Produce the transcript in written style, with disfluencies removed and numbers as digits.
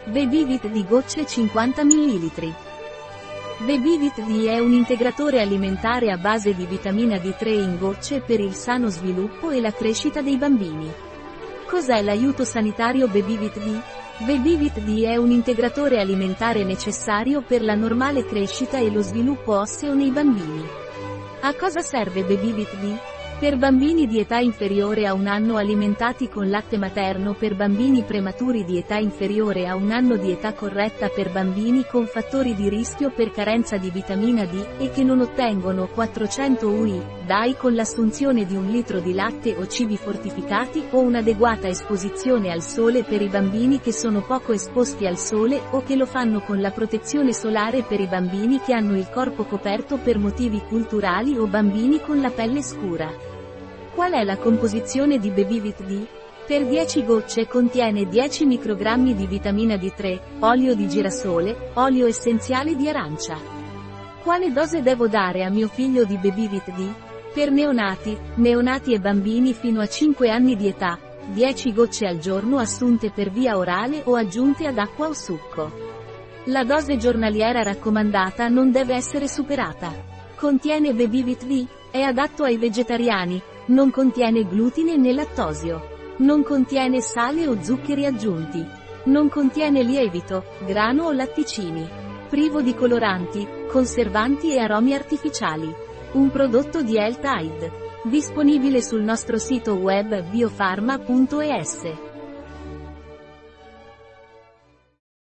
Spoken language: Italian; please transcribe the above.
Bebivit D gocce 50 ml. Bebivit D è un integratore alimentare a base di vitamina D3 in gocce per il sano sviluppo e la crescita dei bambini. Cos'è l'aiuto sanitario Bebivit D? Bebivit D è un integratore alimentare necessario per la normale crescita e lo sviluppo osseo nei bambini. A cosa serve Bebivit D? Per bambini di età inferiore a 1 anno alimentati con latte materno, per bambini prematuri di età inferiore a 1 anno di età corretta, per bambini con fattori di rischio per carenza di vitamina D, e che non ottengono 400 UI/DAI con l'assunzione di 1 litro di latte o cibi fortificati, o un'adeguata esposizione al sole per i bambini che sono poco esposti al sole o che lo fanno con la protezione solare, per i bambini che hanno il corpo coperto per motivi culturali o bambini con la pelle scura. Qual è la composizione di Bebivit D? Per 10 gocce contiene 10 microgrammi di vitamina D3, olio di girasole, olio essenziale di arancia. Quale dose devo dare a mio figlio di Bebivit D? Per neonati e bambini fino a 5 anni di età, 10 gocce al giorno assunte per via orale o aggiunte ad acqua o succo. La dose giornaliera raccomandata non deve essere superata. Contiene Bebivit D? È adatto ai vegetariani. Non contiene glutine né lattosio. Non contiene sale o zuccheri aggiunti. Non contiene lievito, grano o latticini. Privo di coloranti, conservanti e aromi artificiali. Un prodotto di Health Aid. Disponibile sul nostro sito web biofarma.es.